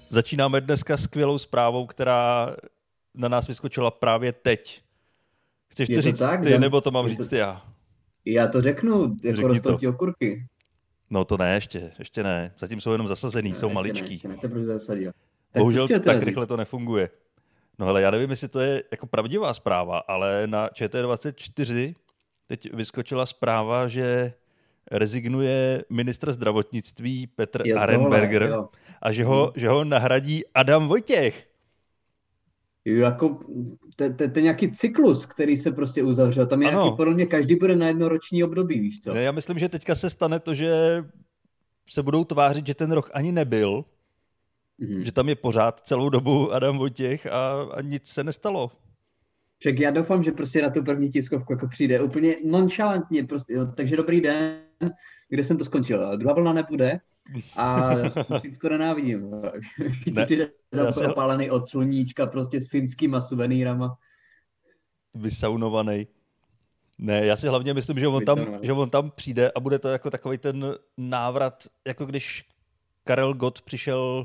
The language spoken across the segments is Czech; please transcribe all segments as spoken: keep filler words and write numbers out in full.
začínáme dneska skvělou zprávou, která na nás vyskočila právě teď. Chceš to říct tak, ty, Dan, nebo to mám říct to... já? Já to řeknu, jako rostou ti okurky. No to ne, ještě, ještě ne. Zatím jsou jenom zasazený, ne, jsou maličký. Ne, ještě ne, teprve zasadil. Tak bohužel tak rychle to nefunguje. No hele, já nevím, jestli to je jako pravdivá zpráva, ale na Č T dvacet čtyři teď vyskočila zpráva, že rezignuje ministr zdravotnictví Petr jo, Arenberger tohle, a že ho, hmm. že ho nahradí Adam Vojtěch. Jo, jako to je nějaký cyklus, který se prostě uzavřel. Tam je ano. Nějaký, podle mě každý bude na jednoroční období, víš co? Ne, já myslím, že teďka se stane to, že se budou tvářit, že ten rok ani nebyl, hmm. že tam je pořád celou dobu Adam Vojtěch a, a nic se nestalo. Však já doufám, že prostě na tu první tiskovku jako přijde úplně nonchalantně, prostě, jo, takže dobrý den, kde jsem to skončil. Druhá vlna nebude a Finsko nenávidím. Ne, přijde se... opálený od sluníčka prostě s finskýma suvenýrama. Vysaunovaný. Ne, já si hlavně myslím, že on, tam, že on tam přijde a bude to jako takový ten návrat, jako když Karel Gott přišel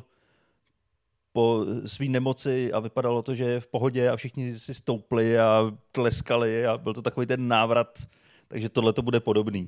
po svý nemoci a vypadalo to, že je v pohodě a všichni si stoupli a tleskali a byl to takový ten návrat, takže tohle to bude podobný.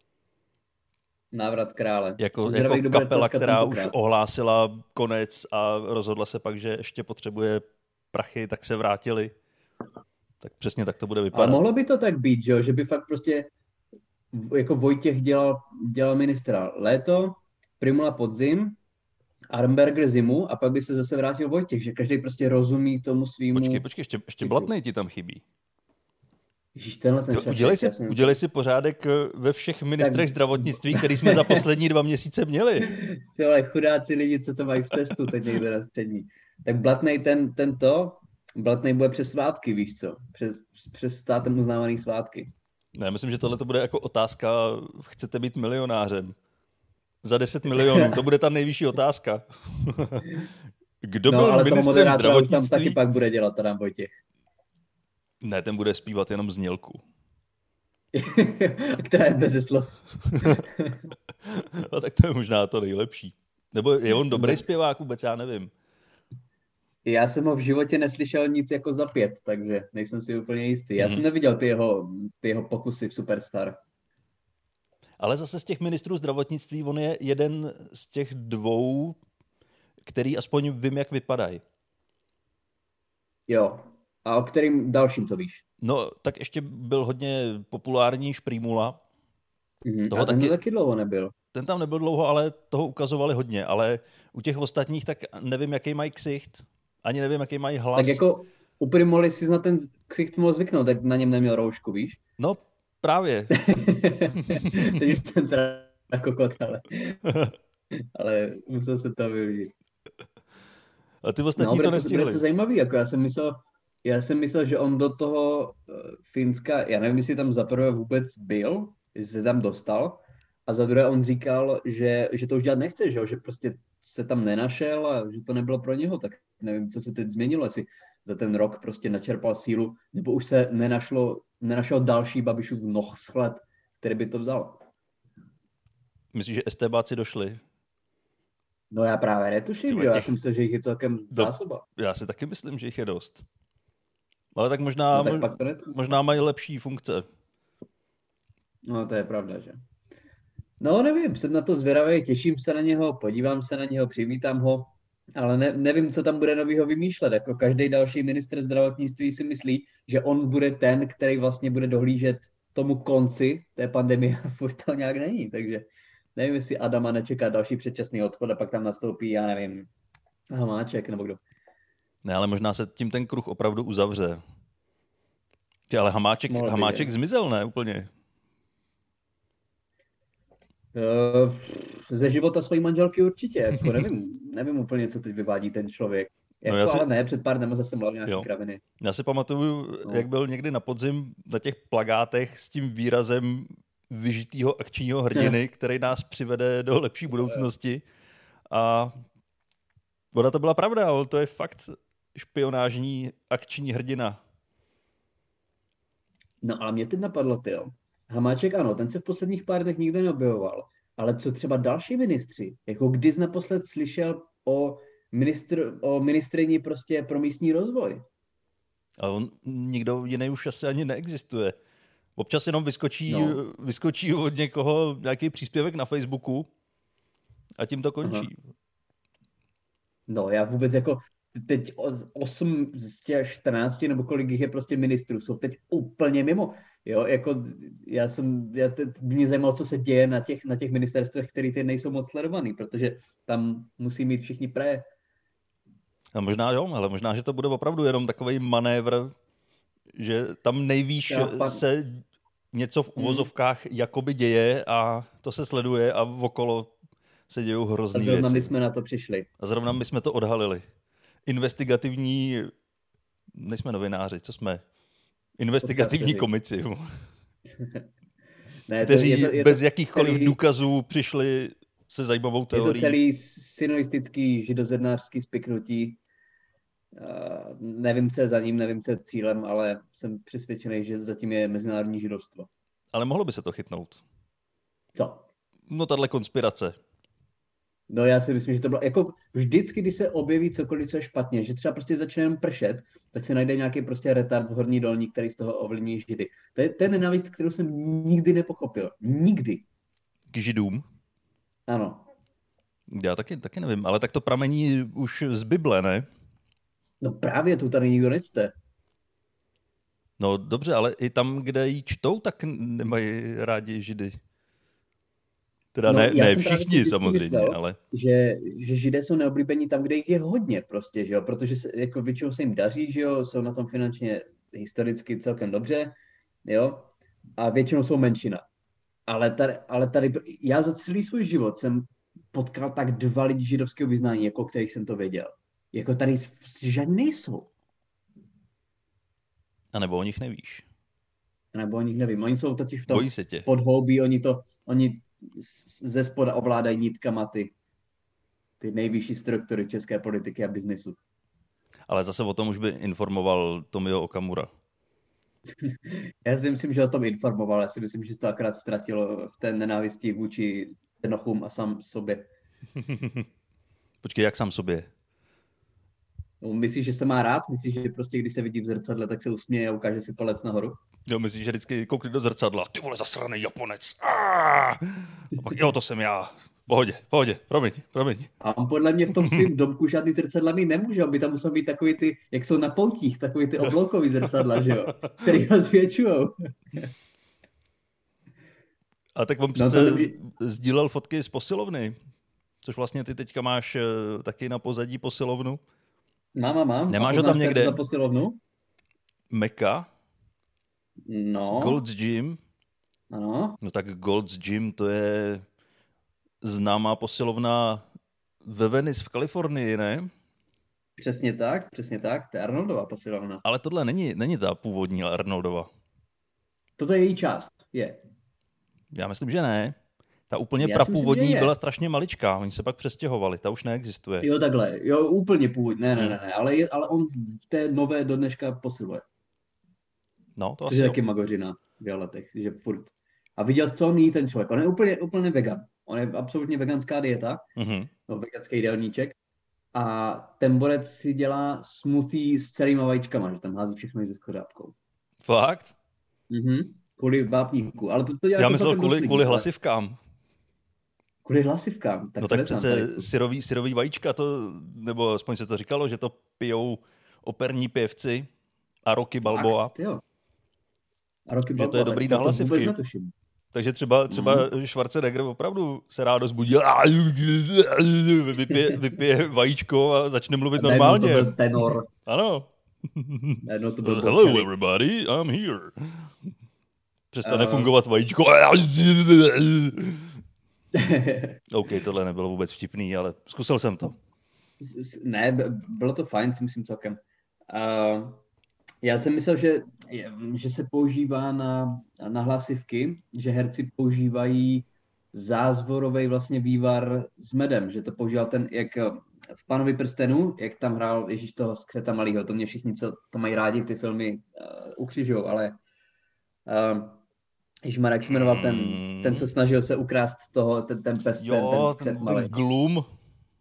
Návrat krále. Jako, jako kapela, která už ohlásila konec a rozhodla se pak, že ještě potřebuje prachy, tak se vrátili. Tak přesně tak to bude vypadat. A mohlo by to tak být, že, že by fakt prostě jako Vojtěch dělal, dělal ministra léto, Prymula podzim, Arenberger zimu a pak by se zase vrátil Vojtěch, že každý prostě rozumí tomu svýmu... Počkej, počkej, ještě, ještě Blatnej ti tam chybí. Ježiš, tenhle ten to, udělej, si, jsem... udělej si pořádek ve všech ministrech tak... zdravotnictví, který jsme za poslední dva měsíce měli. Tyhle chudáci lidi, co to mají v testu teď někde na střední. Tak Blatnej ten, tento, Blatnej bude přes svátky, víš co? Přes, přes státem uznávaný svátky. Ne, myslím, že tohle to bude jako otázka, chcete být milionářem. Za deset milionů, to bude ta nejvyšší otázka. Kdo no, byl ale ministrem zdravotnictví? Tam taky pak bude dělat Adam Vojtěch. Ne, ten bude zpívat jenom znělku. Která je beze slov. No tak to je možná to nejlepší. Nebo je on dobrý zpěvák vůbec, já nevím. Já jsem ho v životě neslyšel nic jako za pět, takže nejsem si úplně jistý. Já hmm. jsem neviděl ty jeho, ty jeho pokusy v Superstar. Ale zase z těch ministrů zdravotnictví on je jeden z těch dvou, který aspoň vím, jak vypadají. Jo. A o kterým dalším to víš? No, tak ještě byl hodně populární Šprýmula. Mm-hmm. Toho a ten taky, taky dlouho nebyl. Ten tam nebyl dlouho, ale toho ukazovali hodně. Ale u těch ostatních tak nevím, jaký mají ksicht. Ani nevím, jaký mají hlas. Tak jako u Prymuly si na ten ksicht mohl zvyknout, tak na něm neměl roušku, víš? No, právě. Teď už jsem teda kokot, ale, ale musel se to využít. A ty ostatní no, to nestihli. To je to zajímavý, jako já jsem myslel, já jsem myslel, že on do toho Finska, já nevím, jestli tam za prvé vůbec byl, jestli se tam dostal, a za druhé on říkal, že, že to už dělat nechce, že, že prostě se tam nenašel a že to nebylo pro něho, tak nevím, co se teď změnilo, jestli za ten rok prostě načerpal sílu, nebo už se nenašlo, nenašel další Babišův nohsled, který by to vzal. Myslíš, že estébáci došli? No já právě netuším, že těch... já si myslím, že jich je celkem zásoba. Já si taky myslím, že jich je dost. Ale tak možná, no, tak mož... možná mají lepší funkce. No to je pravda, že? No nevím, jsem na to zvědavý, těším se na něho, podívám se na něho, přivítám ho, ale ne, nevím, co tam bude novýho vymýšlet. Jako každý další ministr zdravotnictví si myslí, že on bude ten, který vlastně bude dohlížet tomu konci té pandemie a furt to nějak není, takže nevím, jestli Adama nečeká další předčasný odchod a pak tam nastoupí, já nevím, Hamáček nebo kdo. Ne, ale možná se tím ten kruh opravdu uzavře. Ty, ale Hamáček, Hamáček být, zmizel, ne? Úplně. Uh, ze života své manželky určitě, jako nevím, nevím úplně, co teď vyvádí ten člověk. Jako, no si... ale ne, před pár dnem zase mluvil nějaký jo. kraviny. Já si pamatuju, no. jak byl někdy na podzim na těch plakátech s tím výrazem vyžitýho akčního hrdiny, který nás přivede do lepší budoucnosti. A ona to byla pravda, ale to je fakt špionážní akční hrdina. No ale mě teď napadlo, tyjo. Hamáček ano, ten se v posledních pár dnech nikde neobjevoval. Ale co třeba další ministři? Jako kdy jsi naposled slyšel o ministr, o ministryni prostě pro místní rozvoj. A on, nikdo jiný už asi ani neexistuje. Občas jenom vyskočí, no. vyskočí od někoho nějaký příspěvek na Facebooku a tím to končí. Aha. No já vůbec jako teď osm z těch čtrnácti nebo kolik jich je prostě ministrů, jsou teď úplně mimo. Jo, jako já jsem, já teď, mě zajímalo, co se děje na těch, na těch ministerstvech, které teď nejsou moc sledovaný, protože tam musí mít všichni pré. A možná jo, ale možná, že to bude opravdu jenom takovej manévr, že tam nejvýš pan... se něco v uvozovkách hmm. jakoby děje a to se sleduje a okolo se dějou hrozný věci. A zrovna my jsme na to přišli. A zrovna my jsme to odhalili. Investigativní, nejsme novináři, co jsme? Investigativní komici. Ne, kteří je to, je to bez jakýchkoliv celý, důkazů přišli se zajímavou teorií. Je to celý synoistický židozednářský spiknutí. Uh, nevím, co je za ním, nevím, co je cílem, ale jsem přesvědčený, že zatím je mezinárodní židovstvo. Ale mohlo by se to chytnout. Co? No tahle konspirace. No já si myslím, že to bylo, jako vždycky, když se objeví cokoliv, co je špatně, že třeba prostě začne jen pršet, tak se najde nějaký prostě retard v horní dolní, který z toho ovlivní židy. To je, to je nenávist, kterou jsem nikdy nepochopil. Nikdy. K židům? Ano. Já taky, taky nevím, ale tak to pramení už z Bible, ne? No právě, to tady nikdo nečte. No dobře, ale i tam, kde ji čtou, tak nemají rádi židy. Teda no, ne, ne všichni samozřejmě, myslel, ale... Že, že židé jsou neoblíbení tam, kde jich je hodně prostě, že jo, protože se, jako většinou se jim daří, že jo, jsou na tom finančně historicky celkem dobře, jo, a většinou jsou menšina. Ale tady, ale tady já za celý svůj život jsem potkal tak dva lidi židovského vyznání, jako kterých jsem to věděl. Jako tady žádní nejsou. A nebo o nich nevíš. A nebo o nich nevím. Oni jsou totiž v tom Bojí se tě. podhoubí, oni to, oni ze spoda ovládají nitkama ty, ty nejvyšší struktury české politiky a biznesu. Ale zase o tom už by informoval Tomio Okamura. Já si myslím, že o tom informoval. Já si myslím, že to akorát ztratilo v té nenávisti vůči Tenochům a sám sobě. Počkej, jak sám sobě? No, myslíš, že se má rád? Myslíš, že prostě když se vidí v zrcadle, tak se usměje a ukáže si palec nahoru? Jo, myslíš, že vždycky koukne do zrcadla. Ty vole, zasraný Japonec. A pak jo, to jsem já. Pohodě, pohodě, promiň, promiň. A on podle mě v tom svým domku žádný zrcadla mít nemůže. On by tam musel být takový ty, jak jsou na poutích, takový ty obloukový zrcadla, že jo? Který ho zvětšujou. A tak on přece no, nemůže... sdílel fotky z posilovny, což vlastně ty teďka máš taky na pozadí posilovnu. Mám, mám. Nemáš ho tam někde? Za posilovnu? Mecca? No. Gold's Gym? Ano. No tak Gold's Gym to je známá posilovna ve Venice v Kalifornii, ne? Přesně tak, přesně tak. To je Arnoldova posilovna. Ale tohle není, není ta původní Arnoldova. Toto je její část, je. Já myslím, že ne. Ta úplně Já prapůvodní myslím, byla strašně maličká. Oni se pak přestěhovali, ta už neexistuje. Jo, takhle. Jo, úplně původní. Ne, ne, ne, ne. Ale, je, ale on v té nové do dneška posiluje. No, to Což asi je taky magořina v letech, že furt. A viděl jsi, co on jí ten člověk. On je úplně, úplně vegan. On je absolutně veganská dieta. Mm-hmm. No, veganský jídelníček. A ten borec si dělá smoothie s celýma vajíčkama, že tam hází všechno se skořápkou. Fakt? Mhm. Kvůli vápníku. Ale to, to Já myslel kvůli, kvůli hlasivkám. Kvůli hlasivkám. Tak no tak přece syrový, syrový vajíčka, to, nebo aspoň se to říkalo, že to pijou operní pěvci a Rocky Balboa. Fakt, jo. A Rocky Balboa, že to je dobrý na hlasivky. Takže třeba, třeba mm. Schwarzenegger opravdu se rádo zbudí, vypije, vypije vajíčko a začne mluvit normálně. To byl tenor. Ano. No, to byl Hello everybody, I'm here. Přestane uh... fungovat vajíčko. OK, tohle nebylo vůbec vtipný, ale zkusil jsem to. Ne, bylo to fajn, si myslím celkem. Uh, já jsem myslel, že, že se používá na, na hlasivky, že herci používají zázvorový vlastně vývar s medem, že to používal ten, jak v Pánovi prstenů, jak tam hrál Ježíš toho skřeta malýho, to mě všichni, co to mají rádi, ty filmy uh, ukřižujou, ale uh, Ježmar, jak se jmenoval ten, ten, co snažil se ukrást toho, ten, ten pes, jo, ten, ten, ten, ten Gloom.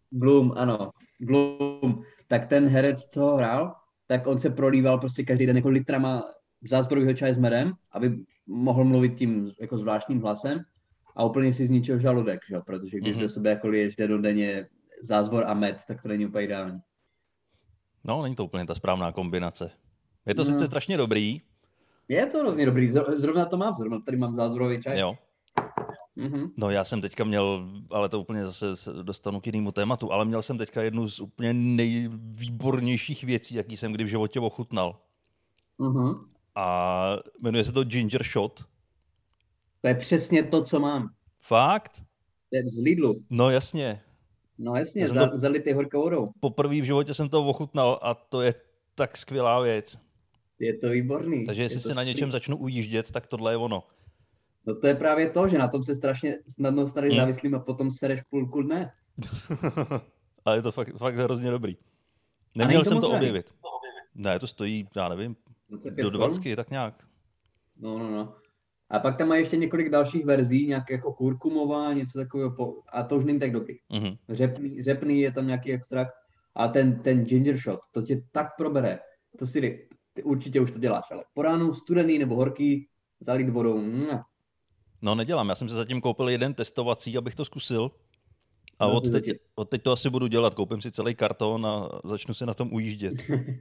Bloom, ano, Bloom. Tak ten herec, co ho hrál, tak on se prolíval prostě každý den jako litrama zázvorového čaje s medem, aby mohl mluvit tím jako zvláštním hlasem a úplně si zničil žaludek, že? Protože když mm-hmm. do sebe jako liješ denodenně zázvor a med, tak to není úplně ideální. No, není to úplně ta správná kombinace. Je to no. sice strašně dobrý. Je to hrozně dobrý, zrovna to mám, zrovna tady mám zázvorový čaj. Jo. Mm-hmm. No já jsem teďka měl, ale to úplně zase se dostanu k jinému tématu, ale měl jsem teďka jednu z úplně nejvýbornějších věcí, jaký jsem kdy v životě ochutnal. Mm-hmm. A jmenuje se to Ginger Shot. To je přesně to, co mám. Fakt? To je z Lidlu. No jasně. No jasně, za, to, zalitý horkou vodou. Poprvé v životě jsem to ochutnal a to je tak skvělá věc. Je to výborný. Takže jestli se na něčem začnu ujíždět, tak tohle je ono. No to je právě to, že na tom se strašně snadno staneš hmm. závislým a potom sereš půlku dne. Ale je to fakt, fakt hrozně dobrý. Neměl jsem to drahý. objevit. Ne, to stojí, já nevím, do dvacet, tak nějak. No, no, no. A pak tam má ještě několik dalších verzí, nějak jako kurkumová, něco takového, po... a to už není tak dobrý. Mm-hmm. Řepný, řepný je tam nějaký extrakt a ten, ten ginger shot, to tě tak probere. To si ty, ty určitě už to děláš, ale po ránu studený nebo horký, zalít vodou. Mua. No nedělám, já jsem se zatím koupil jeden testovací, abych to zkusil. A no, od, teď, od teď to asi budu dělat. Koupím si celý karton a začnu si na tom ujíždět.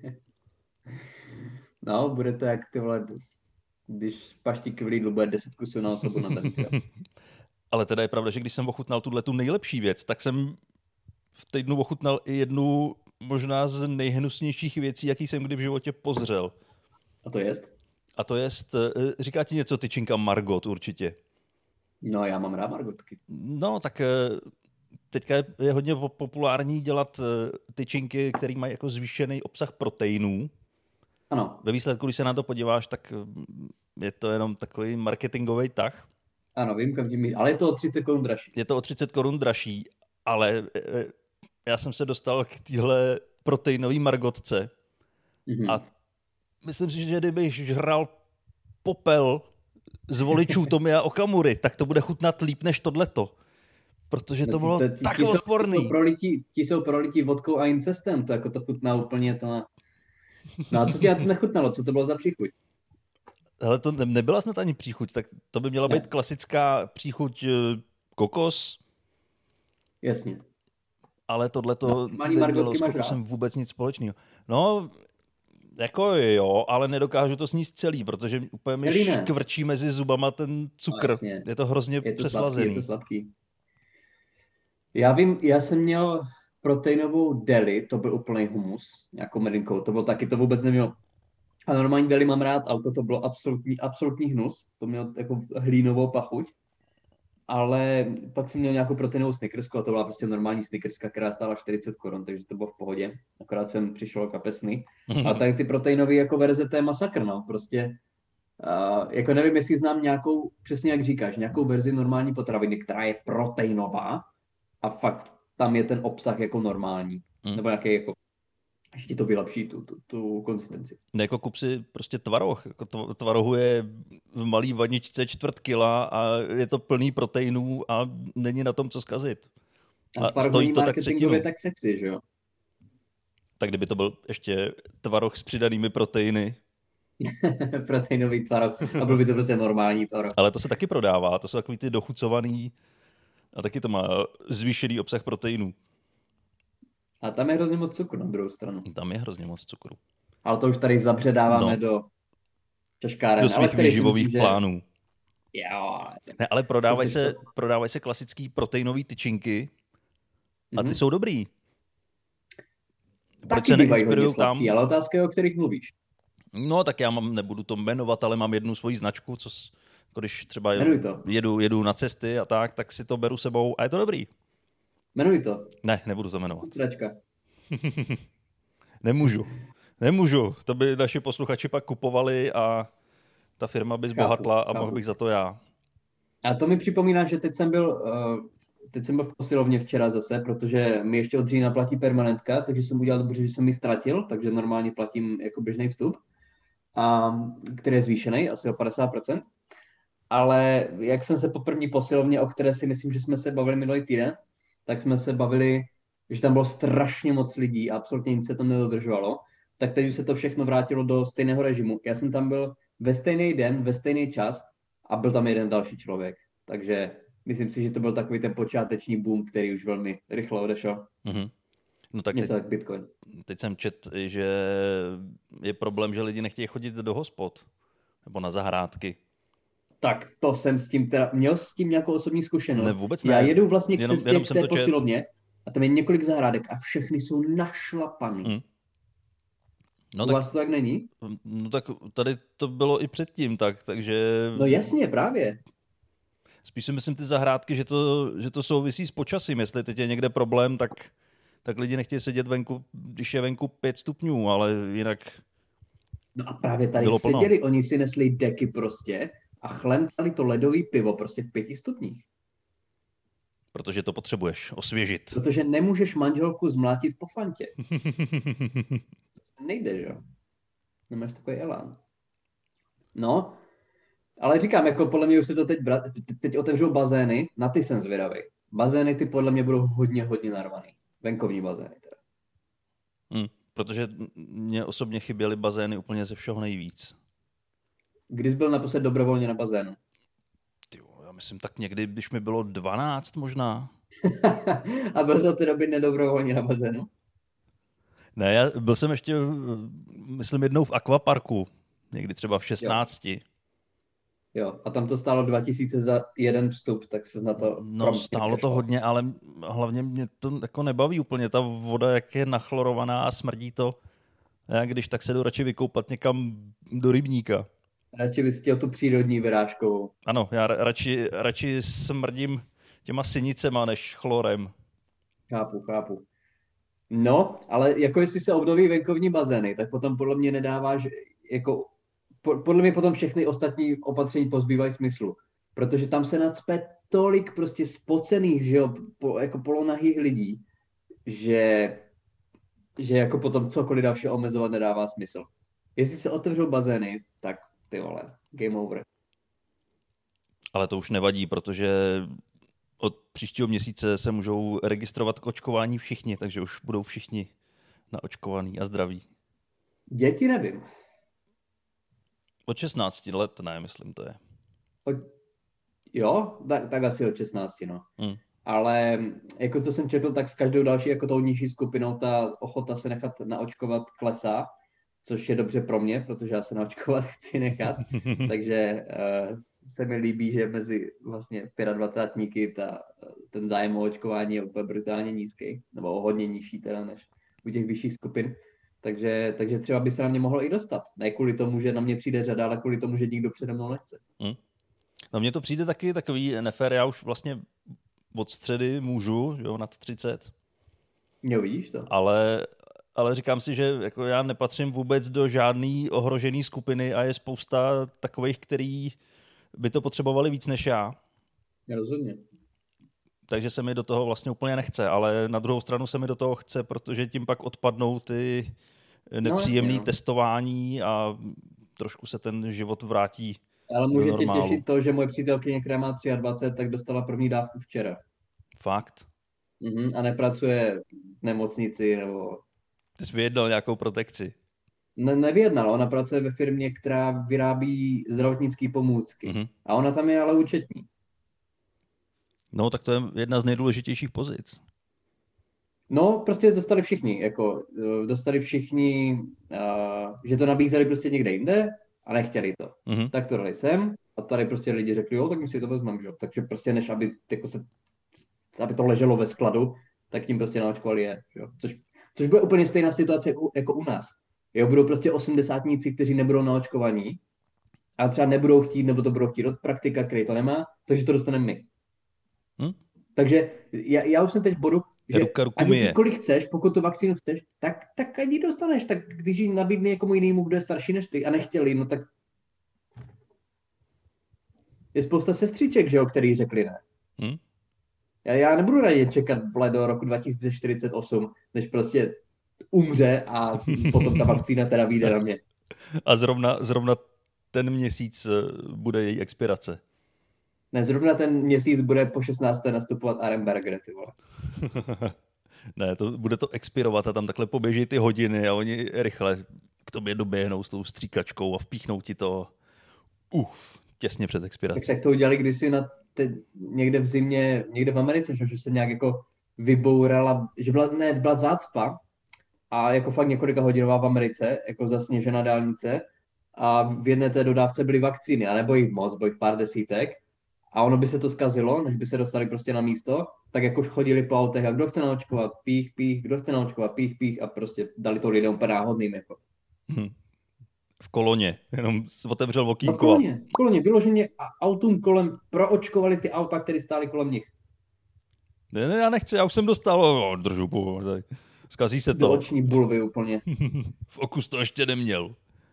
No, bude to jak ty vole, když paštíky v Lidlu bude deset kusů na osobu na ten. Ale teda je pravda, že když jsem ochutnal tuhle tu nejlepší věc, tak jsem v týdnu ochutnal i jednu možná z nejhnusnějších věcí, jaký jsem kdy v životě pozřel. A to jest? A to jest, říká ti něco tyčinka Margot určitě? No, já mám rád Margotky. No, tak teďka je hodně populární dělat tyčinky, které mají jako zvýšený obsah proteinů. Ano. Ve výsledku, když se na to podíváš, tak je to jenom takový marketingový tah. Ano, vím, kam tím, ale je to o třicet korun dražší. Je to o třicet korun dražší, ale já jsem se dostal k téhle proteinové Margotce mm-hmm. a myslím si, že kdybych žral popel z voličů Tomia Okamury, tak to bude chutnat líp než tohleto. Protože to bylo no, tak odporný. Ti jsou prolití vodkou a incestem, to jako to chutná úplně to. No a co ti na to nechutnalo? Co to bylo za příchuť? Hele, to nebyla snad ani příchuť, tak to by měla ne. být klasická příchuť kokos. Jasně. Ale tohleto no, nebylo s kokosem vůbec nic společného. No, jako jo, ale nedokážu to sníst celý, protože úplně mi škvrčí mezi zubama ten cukr. No, je to hrozně je to přeslazený. Sladký, je to sladký. Já vím, já jsem měl proteinovou deli, to byl úplný humus, nějakou medinkou, to bylo taky, to vůbec nemělo. A normální deli mám rád, ale to, to bylo absolutní, absolutní hnus, to mělo jako hlínovou pachuť. Ale pak jsem měl nějakou proteinovou snickersku a to byla prostě normální snickerska, která stála čtyřicet korun, takže to bylo v pohodě. Akorát jsem přišel kapesný. A tady ty proteinové jako verze, to je masakr, no. Prostě, uh, jako nevím, jestli znám nějakou, přesně jak říkáš, nějakou verzi normální potraviny, která je proteinová a fakt tam je ten obsah jako normální. Hmm. Nebo nějaký jako, ještě to vylepší tu, tu, tu konzistenci. Ne, jako kup si prostě tvaroh. Jako tvarohu je v malý vaničce čtvrt kila a je to plný proteinů a není na tom co zkazit. A, a stojí to tak třetinu. Tak sexy, že jo? Tak kdyby to byl ještě tvaroh s přidanými proteiny. Proteinový tvaroh. A byl by to prostě normální tvaroh. Ale to se taky prodává. To jsou takový ty dochucovaný a taky to má zvýšený obsah proteinů. A tam je hrozně moc cukru na druhou stranu. Tam je hrozně moc cukru. Ale to už tady zabředáváme no. do čaškáren. Do svých výživových myslím, plánů. Že... Jo. Ne, ale prodávají se, to... prodávaj se klasický proteinové tyčinky a ty mm-hmm. jsou dobrý. Proč se neinspirujou tam? Ale otázka je, o kterých mluvíš. No, tak já mám, nebudu to jmenovat, ale mám jednu svoji značku, co když třeba jedu, jedu na cesty a tak, tak si to beru sebou a je to dobrý. Jmenuj to. Ne, nebudu to jmenovat. Značka. Nemůžu. Nemůžu. To by naši posluchači pak kupovali a ta firma by zbohatla a mohl bych za to já. A to mi připomíná, že teď jsem byl, uh, teď jsem byl v posilovně včera zase, protože mi ještě od října platí permanentka, takže jsem udělal dobře, že jsem ji ztratil, takže normálně platím jako běžný vstup, a, který je zvýšený, asi o padesát procent. Ale jak jsem se po první posilovně, o které si myslím, že jsme se bavili minulý týden, tak jsme se bavili že tam bylo strašně moc lidí a absolutně nic se tam nedodržovalo, tak teď už se to všechno vrátilo do stejného režimu. Já jsem tam byl ve stejný den, ve stejný čas a byl tam jeden další člověk. Takže myslím si, že to byl takový ten počáteční boom, který už velmi rychle odešel. Mm-hmm. No tak něco teď, jak Bitcoin. Teď jsem čet, že je problém, že lidi nechtějí chodit do hospod nebo na zahrádky. Tak to jsem s tím teda, měl s tím nějakou osobní zkušenost. Ne, vůbec ne. Já jedu vlastně k jenom, cestě jenom k té to posilovně a tam je několik zahrádek a všechny jsou našlapaný. Hmm. No U tak, vás to tak není? No tak tady to bylo i předtím, tak, takže... No jasně, právě. Spíš si myslím ty zahrádky, že to, že to souvisí s počasím. Jestli teď je někde problém, tak, tak lidi nechtějí sedět venku, když je venku pět stupňů, ale jinak... No a právě tady seděli, oni si nesli deky prostě a chlemtali to ledový pivo prostě v pěti stupních. Protože to potřebuješ osvěžit. Protože nemůžeš manželku zmlátit po fantě. Nejde, že jo? Nemáš takový elán. No, ale říkám, jako podle mě už se to teď, teď otevřou bazény, na ty jsem zvědavý. Bazény ty podle mě budou hodně, hodně narvaný. Venkovní bazény teda. Hmm, protože mě osobně chyběly bazény úplně ze všeho nejvíc. Kdy jsi byl naposled dobrovolně na bazénu? Tyjo, já myslím tak někdy, když mi bylo dvanáct možná. A byl jsi od té doby nedobrovolně na bazénu? Ne, já byl jsem ještě, myslím, jednou v akvaparku. Někdy třeba v šestnácti. Jo. Jo, a tam to stálo dva tisíce za jeden vstup, tak se na to... No, stálo to hodně, ale hlavně mě to jako nebaví úplně. Ta voda, jak je nachlorovaná a smrdí to. Já když tak se jdu radši vykoupat někam do rybníka. Radši bys chtěl tu přírodní vyrážkovou. Ano, já radši, radši smrdím těma sinicema než chlorem. Chápu, chápu. No, ale jako jestli se obnoví venkovní bazény, tak potom podle mě nedáváš, jako, podle mě potom všechny ostatní opatření pozbývají smyslu. Protože tam se nacpe tolik prostě spocených, že jo, po, jako polonahých lidí, že, že jako potom cokoliv dalšího omezovat nedává smysl. Jestli se otevřou bazény, tak ty vole, game over. Ale to už nevadí, protože od příštího měsíce se můžou registrovat k očkování všichni, takže už budou všichni naočkovaní a zdraví. Děti nevím. Od šestnácti let ne, myslím to je. Od... Jo, tak, tak asi od šestnácti, no. Hmm. Ale jako co jsem četl, tak s každou další jako tou nižší skupinou ta ochota se nechat naočkovat klesá, což je dobře pro mě, protože já se naočkovat chci nechat. Takže uh, se mi líbí, že mezi vlastně dvacátníky ta, ten zájem o očkování je úplně brutálně nízký, nebo o hodně nižší teda než u těch vyšších skupin. Takže, takže třeba by se na mě mohlo i dostat. Ne kvůli tomu, že na mě přijde řada, ale kvůli tomu, že nikdo přede mnou nechce. Hmm. No mně to přijde taky takový nefér, já už vlastně od středy můžu, jo, nad třicet. Jo, vidíš to. Ale, ale říkám si, že jako já nepatřím vůbec do žádný ohrožený skupiny a je spousta takových, který by to potřebovali víc než já. Já rozhodně. Takže se mi do toho vlastně úplně nechce, ale na druhou stranu se mi do toho chce, protože tím pak odpadnou ty nepříjemné no, testování a trošku se ten život vrátí. Ale může tě těšit to, že moje přítelkyně, která má dvacet tři, tak dostala první dávku včera. Fakt? Mhm, a nepracuje v nemocnici nebo... Ty jsi vyjednal nějakou protekci? Ne, nevyjednal, ona pracuje ve firmě, která vyrábí zdravotnické pomůcky. Mhm. A ona tam je ale účetní. No, tak to je jedna z nejdůležitějších pozic. No, prostě dostali všichni, jako dostali všichni, uh, že to nabízeli prostě někde jinde a nechtěli to. Mm-hmm. Tak to dali sem a tady prostě lidi řekli, jo, tak my si to vezmeme, že? Takže prostě než aby, jako se, aby to leželo ve skladu, tak tím prostě naočkovali je, že? Což, což bude úplně stejná situace jako, jako u nás. Jo, budou prostě osmdesátníci, kteří nebudou naočkovaní a třeba nebudou chtít, nebo to budou chtít od praktika, který to nemá, takže to dostaneme my. Hmm? Takže já, já už jsem teď bodu, že ruka, ruku ani ty, kolik chceš, pokud tu vakcínu chceš, tak, tak ani dostaneš. Tak když ji nabídne někomu jinému, kdo je starší než ty a nechtěli, no tak je spousta sestřiček, že jo, který řekli ne. Hmm? Já, já nebudu raději čekat vle do roku dva tisíce čtyřicet osm, než prostě umře a potom ta vakcína teda vyjde na mě. A zrovna, zrovna ten měsíc bude její expirace. Ne, zrovna ten měsíc bude po šestnácté nastupovat Arenberger, ty vole. Ne, to, bude to expirovat a tam takhle poběží ty hodiny a oni rychle k tobě doběhnou s tou stříkačkou a vpíchnou ti to uf, těsně před expirací. Tak, tak to udělali kdysi na te, někde v zimě, někde v Americe, že se nějak jako vybourala, že byla, ne, byla zácpa a jako fakt několika hodinová v Americe, jako zasněžená dálnice a v jedné té dodávce byly vakcíny, a nebo jich moc, bylo jich pár desítek a ono by se to zkazilo, než by se dostali prostě na místo, tak jako chodili po autech a kdo chce naočkovat, pích, pích, kdo chce naočkovat, pích, pích a prostě dali to lidem úplně náhodným jako. Hmm. V koloně, jenom otevřel okýnko. No v koloně, v koloně, vyloženě autům kolem proočkovali ty auta, které stály kolem nich. Ne, ne, já nechci, já už jsem dostal, o, držu, po, tady. Zkazí se to. Do oční bulvy úplně. V oku to ještě neměl.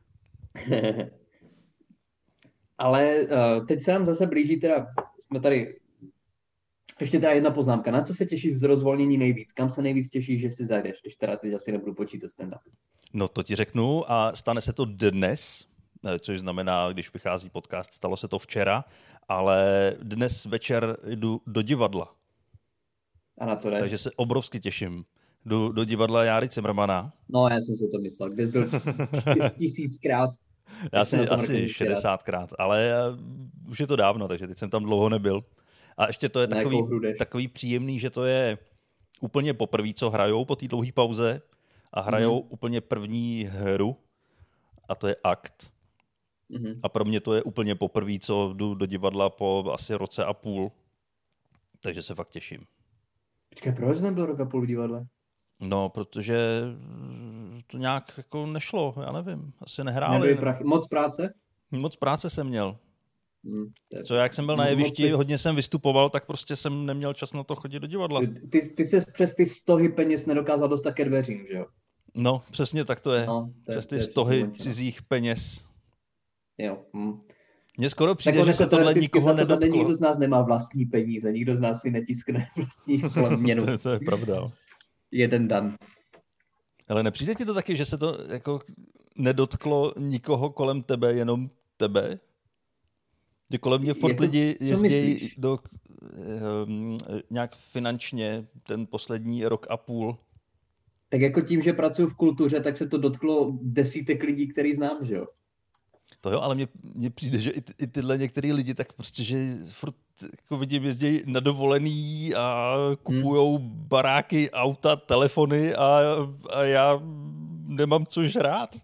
Ale uh, teď se nám zase blíží, teda jsme tady, ještě teda jedna poznámka. Na co se těšíš z rozvolnění nejvíc? Kam se nejvíc těšíš, že si zajdeš? Když teda teď asi nebudu počítat stand-up. No to ti řeknu a stane se to dnes, což znamená, když vychází podcast, stalo se to včera, ale dnes večer jdu do divadla. A na co jdeš? Takže se obrovsky těším. Jdu do divadla Járy Cimrmana. No, já jsem si to myslel. Kde jsi byl tisíckrát. Já si asi šedesátkrát, ale už je to dávno, takže teď jsem tam dlouho nebyl. A ještě to je takový, takový příjemný, že to je úplně poprvé, co hrajou po té dlouhé pauze a hrajou mm-hmm. úplně první hru a to je Akt. Mm-hmm. A pro mě to je úplně poprvé, co jdu do divadla po asi roce a půl. Takže se fakt těším. Počkej, proč jsem byl rok a půl v divadle? No, protože to nějak jako nešlo, já nevím, asi nehráli. Nebyly prachy. Moc práce? Moc práce jsem měl. Hmm, Co, jak jsem byl na jevišti, hodně jsem vystupoval, tak prostě jsem neměl čas na to chodit do divadla. Ty, ty jsi přes ty stohy peněz nedokázal dostat ke dveřím, že jo? No, přesně tak to je. No, to je přes ty stohy cizích peněz. Jo. Hm. Mně skoro přijde, že se tohle nikoho nedotklo. Nikdo z nás nemá vlastní peníze, nikdo z nás si netiskne vlastní měnu. to, to je pravda. Jeden dan. Ale nepřijde ti to taky, že se to jako nedotklo nikoho kolem tebe, jenom tebe? Že kolem mě furt jako, lidi jezdí do, um, nějak finančně ten poslední rok a půl. Tak jako tím, že pracuji v kultuře, tak se to dotklo desítek lidí, který znám, že jo? To jo, ale mně, mně přijde, že i, ty, i tyhle některý lidi, tak prostě, že furt jako vidím, jezdí na dovolený a kupujou hmm. baráky, auta, telefony a, a já nemám co žrát.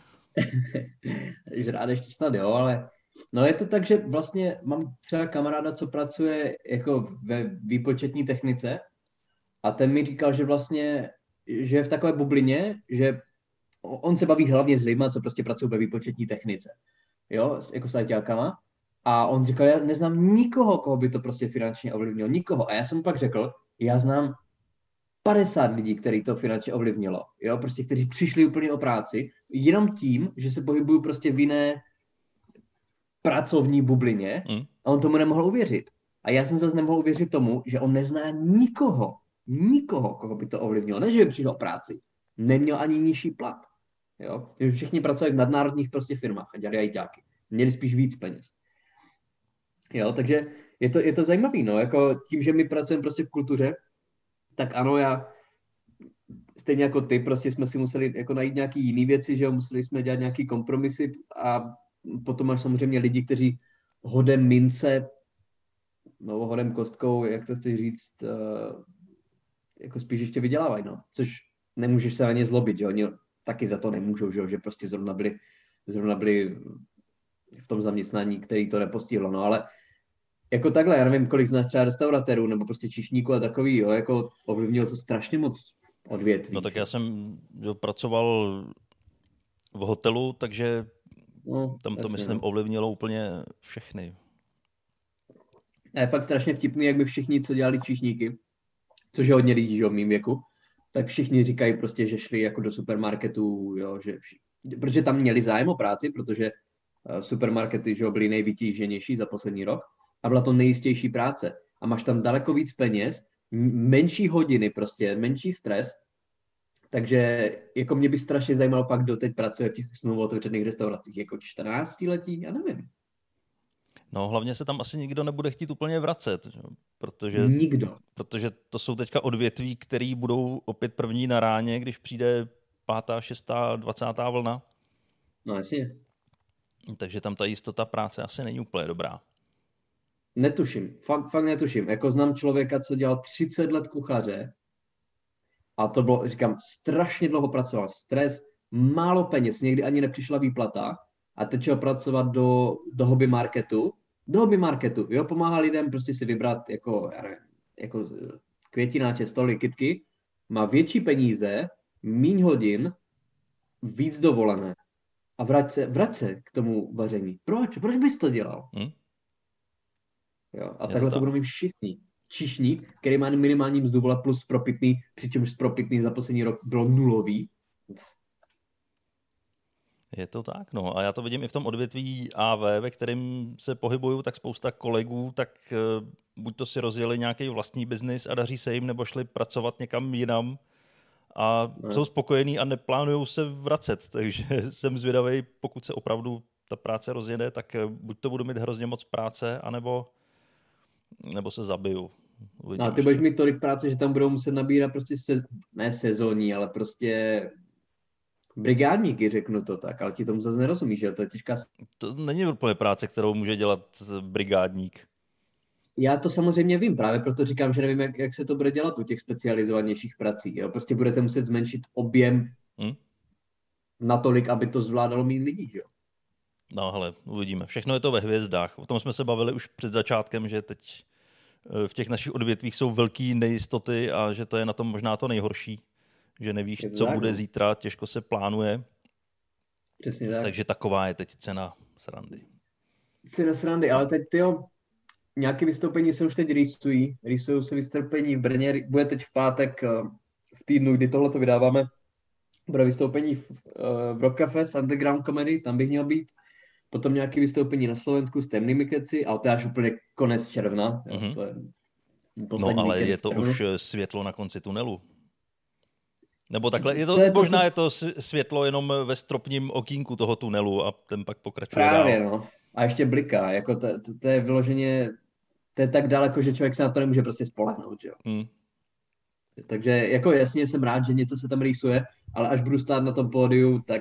Žrát ještě snad jo, ale no je to tak, že vlastně mám třeba kamaráda, co pracuje jako ve výpočetní technice a ten mi říkal, že vlastně, že je v takové bublině, že on se baví hlavně s lidma, co prostě pracují ve výpočetní technice, jo, jako s ajťákama. A on říkal, já neznám nikoho, koho by to prostě finančně ovlivnilo, nikoho. A já jsem mu pak řekl, já znám padesát lidí, který to finančně ovlivnilo, jo, prostě kteří přišli úplně o práci, jenom tím, že se pohybují prostě v jiné pracovní bublině mm. a on tomu nemohl uvěřit. A já jsem zase nemohl uvěřit tomu, že on nezná nikoho, nikoho, koho by to ovlivnilo. Ne, že by přišel o práci, neměl ani nižší plat. Jo? Všichni pracují v nadnárodních prostě firmách a dělají ajťáky. Měli spíš víc peněz. Jo, takže je to, je to zajímavý, no, jako tím, že my pracujeme prostě v kultuře, tak ano, já stejně jako ty, prostě jsme si museli jako najít nějaký jiný věci, že jo, museli jsme dělat nějaký kompromisy a potom máš samozřejmě lidi, kteří hodem mince, no hodem kostkou, jak to chci říct, uh, jako spíš ještě vydělávají, no, což nemůžeš se na ně zlobit, že oni taky za to nemůžou, že, jo? Že prostě zrovna byli, zrovna byli v tom zaměstnání, který to nepostihlo, no ale jako takhle, já nevím, kolik z nás třeba restauratérů nebo prostě čišníků a takový, jo, jako ovlivnilo to strašně moc odvětví. No tak já jsem jo, pracoval v hotelu, takže no, tam to, jasně, myslím, no. ovlivnilo úplně všechny. A je fakt strašně vtipný, jak by všichni, co dělali číšníky, což je hodně lidí, že jo, v mým věku, tak všichni říkají prostě, že šli jako do supermarketu, jo, že vši... protože tam měli zájem o práci, protože supermarkety, že jo, byly nejvytíženější za poslední rok a byla to nejistější práce. A máš tam daleko víc peněz, menší hodiny prostě, menší stres, takže jako mě by strašně zajímalo fakt, kdo teď pracuje v těch znovu otevřených restauracích, jako čtrnáctiletí, já nevím. No hlavně se tam asi nikdo nebude chtít úplně vracet, protože, Nikdo. protože to jsou teďka odvětví, které budou opět první na ráně, když přijde pátá, šestá, dvacátá vlna. No jasně. Takže tam ta jistota práce asi není úplně dobrá. Netuším, fakt, fakt netuším. Jako znám člověka, co dělal třicet let kuchaře a to bylo, říkám, strašně dlouho pracoval. Stres, málo peněz, někdy ani nepřišla výplata a teď šel pracovat do, do hobby marketu. Do hobby marketu, jo, pomáhá lidem prostě si vybrat jako, jako květináče, stoly, kytky. Má větší peníze, míň hodin, víc dovolené. A vrať se, vrať se k tomu vaření. Proč? Proč bys to dělal? Hm? Jo, a takhle to, to budou mít všichni. Číšník, který má minimální mzdu vole plus propitný, přičemž propitný za poslední rok bylo nulový. Je to tak, no. A já to vidím i v tom odvětví á vé, ve kterém se pohybuju, tak spousta kolegů, tak uh, buď to si rozjeli nějaký vlastní biznis a daří se jim, nebo šli pracovat někam jinam a no. jsou spokojení a neplánujou se vracet. Takže jsem zvědavý, pokud se opravdu ta práce rozjede, tak buď to budu mít hrozně moc práce, anebo nebo se zabiju. Uvidím no a ty budeš mít tolik práce, že tam budou muset nabírat prostě se, ne sezónní, ale prostě brigádníky, řeknu to tak, ale ti tomu zase nerozumíš, že to je těžká... To není úplně práce, kterou může dělat brigádník. Já to samozřejmě vím, právě proto říkám, že nevím, jak, jak se to bude dělat u těch specializovanějších prací. Jo? Prostě budete muset zmenšit objem hmm? natolik, aby to zvládalo mít lidí, jo? No hele, uvidíme. Všechno je to ve hvězdách. O tom jsme se bavili už před začátkem, že teď v těch našich odvětvích jsou velké nejistoty a že to je na tom možná to nejhorší. Že nevíš, co bude zítra, těžko se plánuje. Přesně tak. Takže taková je teď cena srandy. Cena srandy, ale teď tyjo, nějaké vystoupení se už teď rýsují. Rýsují se vystoupení v Brně. Bude teď v pátek v týdnu, kdy tohle to vydáváme. Bude vystoupení v, v Rock Cafe s Underground Comedy, tam bych měl být. Potom nějaké vystoupení na Slovensku s Temnými keci, ale to je až úplně konec června. Mm-hmm. To je no ale je to červnu. Už světlo na konci tunelu. Nebo takhle, je to, to je možná to, je to světlo jenom ve stropním okýnku toho tunelu a ten pak pokračuje právě, dál. No. A ještě bliká, jako to, to, to je vyloženě, to je tak daleko, že člověk se na to nemůže prostě spolehnout, že jo. Hmm. Takže jako jasně jsem rád, že něco se tam rýsuje, ale až budu stát na tom pódiu, tak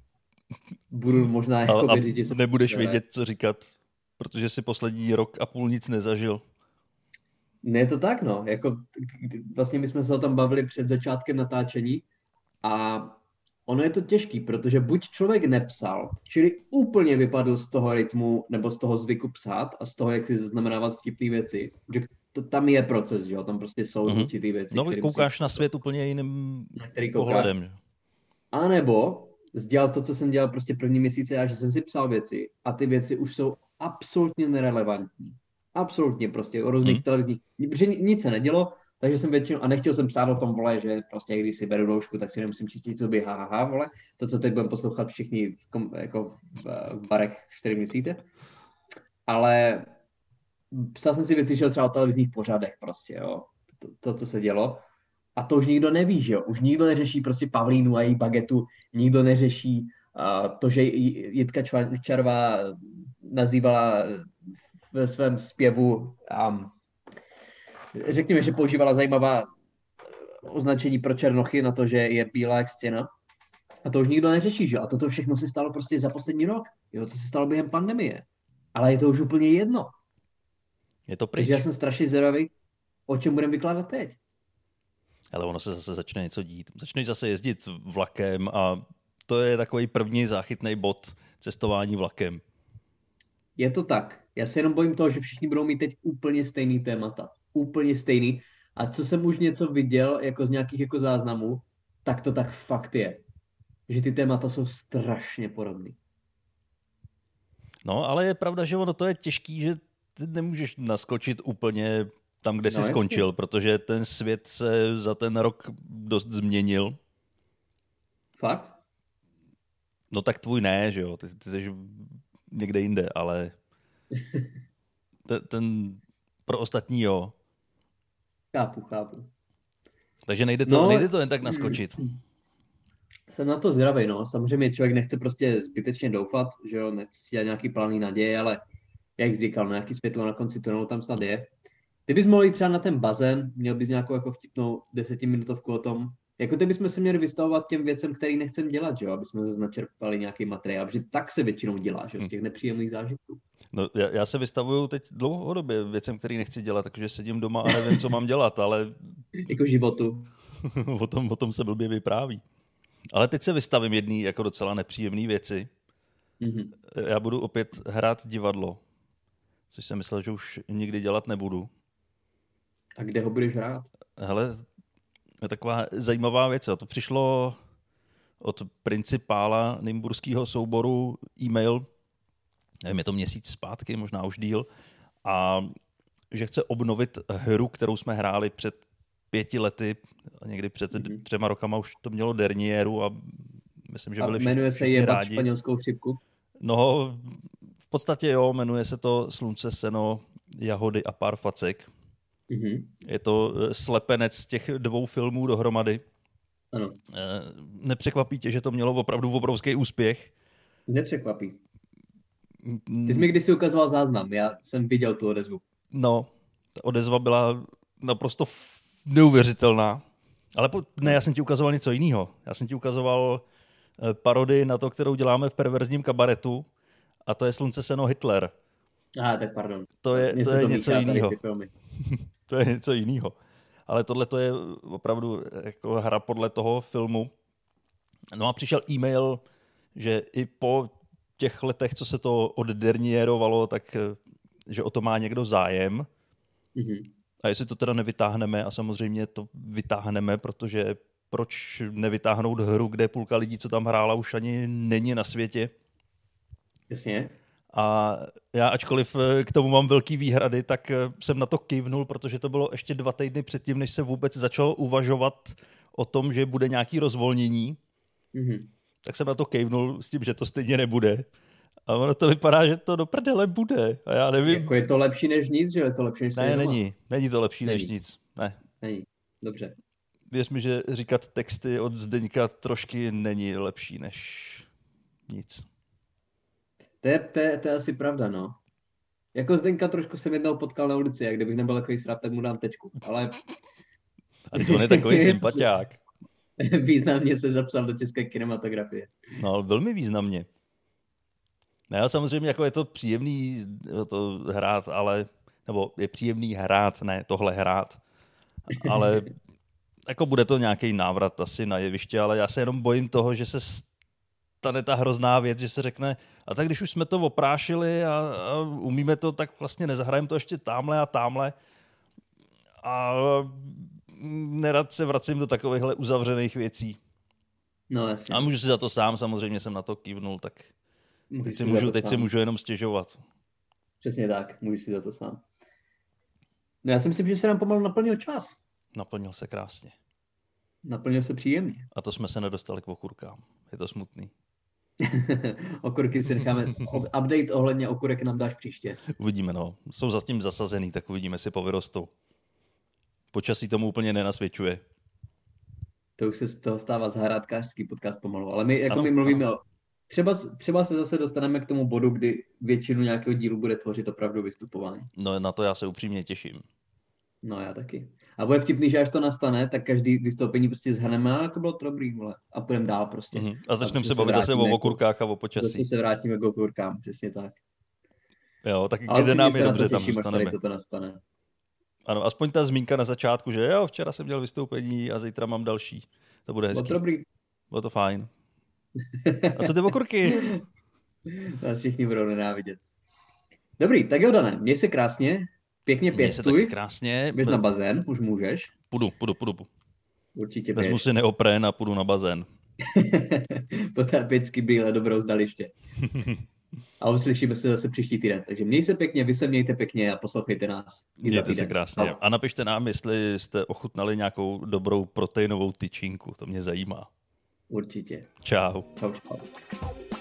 budu možná jako a, věřit, že se... nebudeš vědět, co říkat, protože si poslední rok a půl nic nezažil. Ne, je to tak, no. Jako, vlastně my jsme se o tom bavili před začátkem natáčení a ono je to těžký, protože buď člověk nepsal, čili úplně vypadl z toho rytmu nebo z toho zvyku psát a z toho, jak si zaznamenávat vtipné věci, že to, tam je proces, že jo, tam prostě jsou mm-hmm. určitý věci. No, koukáš musí... na svět úplně jiným pohledem. A nebo dělal to, co jsem dělal prostě první měsíce, já, že jsem si psal věci a ty věci už jsou absolutně nerelevantní. Absolutně prostě o různých hmm. televizních, protože nic se nedělo, takže jsem většinou, a nechtěl jsem psát o tom, vole, že prostě když si beru doušku, tak si nemusím čistit zuby, ha, ha, ha, vole, to, co teď budeme poslouchat všichni v, kom, jako v, v barech čtyři měsíce, ale psal jsem si věci, že třeba o televizních pořadech prostě, jo, to, to, co se dělo, a to už nikdo neví, že jo, už nikdo neřeší prostě Pavlínu a její bagetu, nikdo neřeší uh, to, že Jitka Čarová nazývala ve svém zpěvu um, řekněme, že používala zajímavá označení pro černochy na to, že je bílá jak stěna. A to už nikdo neřeší, že? A toto všechno se stalo prostě za poslední rok. Jo, co se stalo během pandemie. Ale je to už úplně jedno. Je to pryč. Takže já jsem strašně zvědavý, o čem budeme vykládat teď. Ale ono se zase začne něco dít. Začneš zase jezdit vlakem a to je takový první záchytný bod cestování vlakem. Je to tak. Já se jenom bojím toho, že všichni budou mít teď úplně stejný témata. Úplně stejný. A co jsem už něco viděl jako z nějakých jako záznamů, tak to tak fakt je. Že ty témata jsou strašně podobný. No, ale je pravda, že ono to je těžký, že ty nemůžeš naskočit úplně tam, kde jsi no, skončil, jasně. Protože ten svět se za ten rok dost změnil. Fakt? No tak tvůj ne, že jo, ty, ty jsi někde jinde, ale ten, ten pro ostatní jo. Chápu, chápu. Takže nejde to, no, nejde to jen tak naskočit. Jsem na to zvědavej, no. Samozřejmě člověk nechce prostě zbytečně doufat, že jo, nechce si dělat nějaký plánný naděje, ale jak jsi říkal, nějaký světlo na konci tunelu tam snad je. Kdybys mohl jít třeba na ten bazén, měl bys nějakou jako vtipnou desetiminutovku o tom, jako ty bychom se měli vystavovat těm věcem, který nechcem dělat, že jo, aby jsme zase načerpali nějaký materiál, protože tak se většinou dělá, že z těch nepříjemných zážitků. No, já, já se vystavuju teď dlouhodobě věcem, který nechci dělat, takže sedím doma a nevím, co mám dělat, ale... Jako životu. o, tom, o tom se blbě vypráví. Ale teď se vystavím jedný jako docela nepříjemný věci. Mm-hmm. Já budu opět hrát divadlo, což jsem myslel, že už nikdy dělat nebudu. A kde ho budeš hrát? Hele, je taková zajímavá věc. To přišlo od principála nymburského souboru e-mail, nevím, je to měsíc zpátky, možná už díl, a že chce obnovit hru, kterou jsme hráli před pěti lety, někdy před mm-hmm. třema rokama už to mělo derniéru a myslím, že byli všichni, jmenuje se Jebat rádi. Španělskou chřipku? No, v podstatě jo, jmenuje se to Slunce, seno, jahody a pár facek. Mm-hmm. Je to slepenec z těch dvou filmů dohromady. Ano. Nepřekvapí tě, že to mělo opravdu obrovský úspěch? Nepřekvapí. Ty jsi mi kdysi ukazoval záznam, já jsem viděl tu odezvu. No, ta odezva byla naprosto neuvěřitelná. Ale po, ne, já jsem ti ukazoval něco jiného. Já jsem ti ukazoval parodii na to, kterou děláme v perverzním kabaretu, a to je Slunce, seno, Hitler. Aha, tak pardon. To je, to je to něco jiného. To je něco jiného. Ale tohle to je opravdu jako hra podle toho filmu. No a přišel e-mail, že i po těch letech, co se to oddernierovalo, tak že o to má někdo zájem. Mm-hmm. A jestli to teda nevytáhneme, a samozřejmě to vytáhneme, protože proč nevytáhnout hru, kde půlka lidí, co tam hrála, už ani není na světě. Jasně. A já, ačkoliv k tomu mám velký výhrady, tak jsem na to kývnul, protože to bylo ještě dva týdny předtím, než se vůbec začalo uvažovat o tom, že bude nějaký rozvolnění. Mm-hmm. Tak jsem na to kývnul s tím, že to stejně nebude. A ono to vypadá, že to do prdele bude. A já nevím. Jako je to lepší než nic, že je to lepší než Ne, není. Není to lepší není. než nic. Ne. Není. Dobře. Věř mi, že říkat texty od Zdeňka trošky není lepší než nic. To je, to, je, to je asi pravda, no. Jako Zdeňka trošku jsem jednou potkal na ulici, a kdybych nebyl takový srap, tak mu dám tečku. Ale... Ale to on je takový sympatiák. Významně se zapsal do české kinematografie. No, ale velmi významně. No, samozřejmě jako je to příjemný to hrát, ale... Nebo je příjemný hrát, ne tohle hrát. Ale jako bude to nějaký návrat asi na jeviště, ale já se jenom bojím toho, že se stane ta hrozná věc, že se řekne, a tak když už jsme to oprášili a, a umíme to, tak vlastně nezahrajeme to ještě támhle a támhle. A nerad se vracím do takovýchhle uzavřených věcí. No, jasně. A můžu si za to sám, samozřejmě jsem na to kývnul, tak teď, si můžu, teď si můžu jenom stěžovat. Přesně tak, můžeš si za to sám. No já si myslím, že se nám pomalu naplnil čas. Naplnil se krásně. Naplnil se příjemně. A to jsme se nedostali k okurkám. Je to smutný. Okurky si necháme. Update ohledně okurek nám dáš příště. Uvidíme, no. Jsou za tím zasazený, tak uvidíme, si povyrostou. Počasí tomu úplně nenasvědčuje. To už se z toho stává zahrádkářský podcast pomalu. Ale my, jako ano, my mluvíme ano. o... Třeba, třeba se zase dostaneme k tomu bodu, kdy většinu nějakého dílu bude tvořit opravdu vystupování. No na to já se upřímně těším. No já taky. A bude vtipný, že až to nastane, tak každý vystoupení prostě zhrneme, a to bylo dobrý, vole. A půjdeme dál prostě. Mm-hmm. A začneme se bavit zase o okurkách a o počasí. Zase se vrátíme k okurkám, přesně tak. Jo, tak ale kde nám je dobře, tam zůstaneme. To nastane. Ano, aspoň ta zmínka na začátku, že jo, včera jsem měl vystoupení a zítra mám další. To bude hezký. Bylo to dobrý. Bylo to fajn. A co ty okurky? Nás všichni budou nenávidět. Dobrý, tak jo, Dané, měj se krásně, pěkně pěstuj. Měj se taky krásně. Běž na bazén, už můžeš. Půjdu, půjdu, půjdu. Určitě běž. Vezmu si neopren a půjdu na bazén. Potápěcky brýle, dobrou zdaliště. A uslyšíme se zase příští týden. Takže měj se pěkně, vy se mějte pěkně a poslouchejte nás. Mějte se krásně. No. A napište nám, jestli jste ochutnali nějakou dobrou proteinovou tyčinku. To mě zajímá. Určitě. Čau. Čau, čau.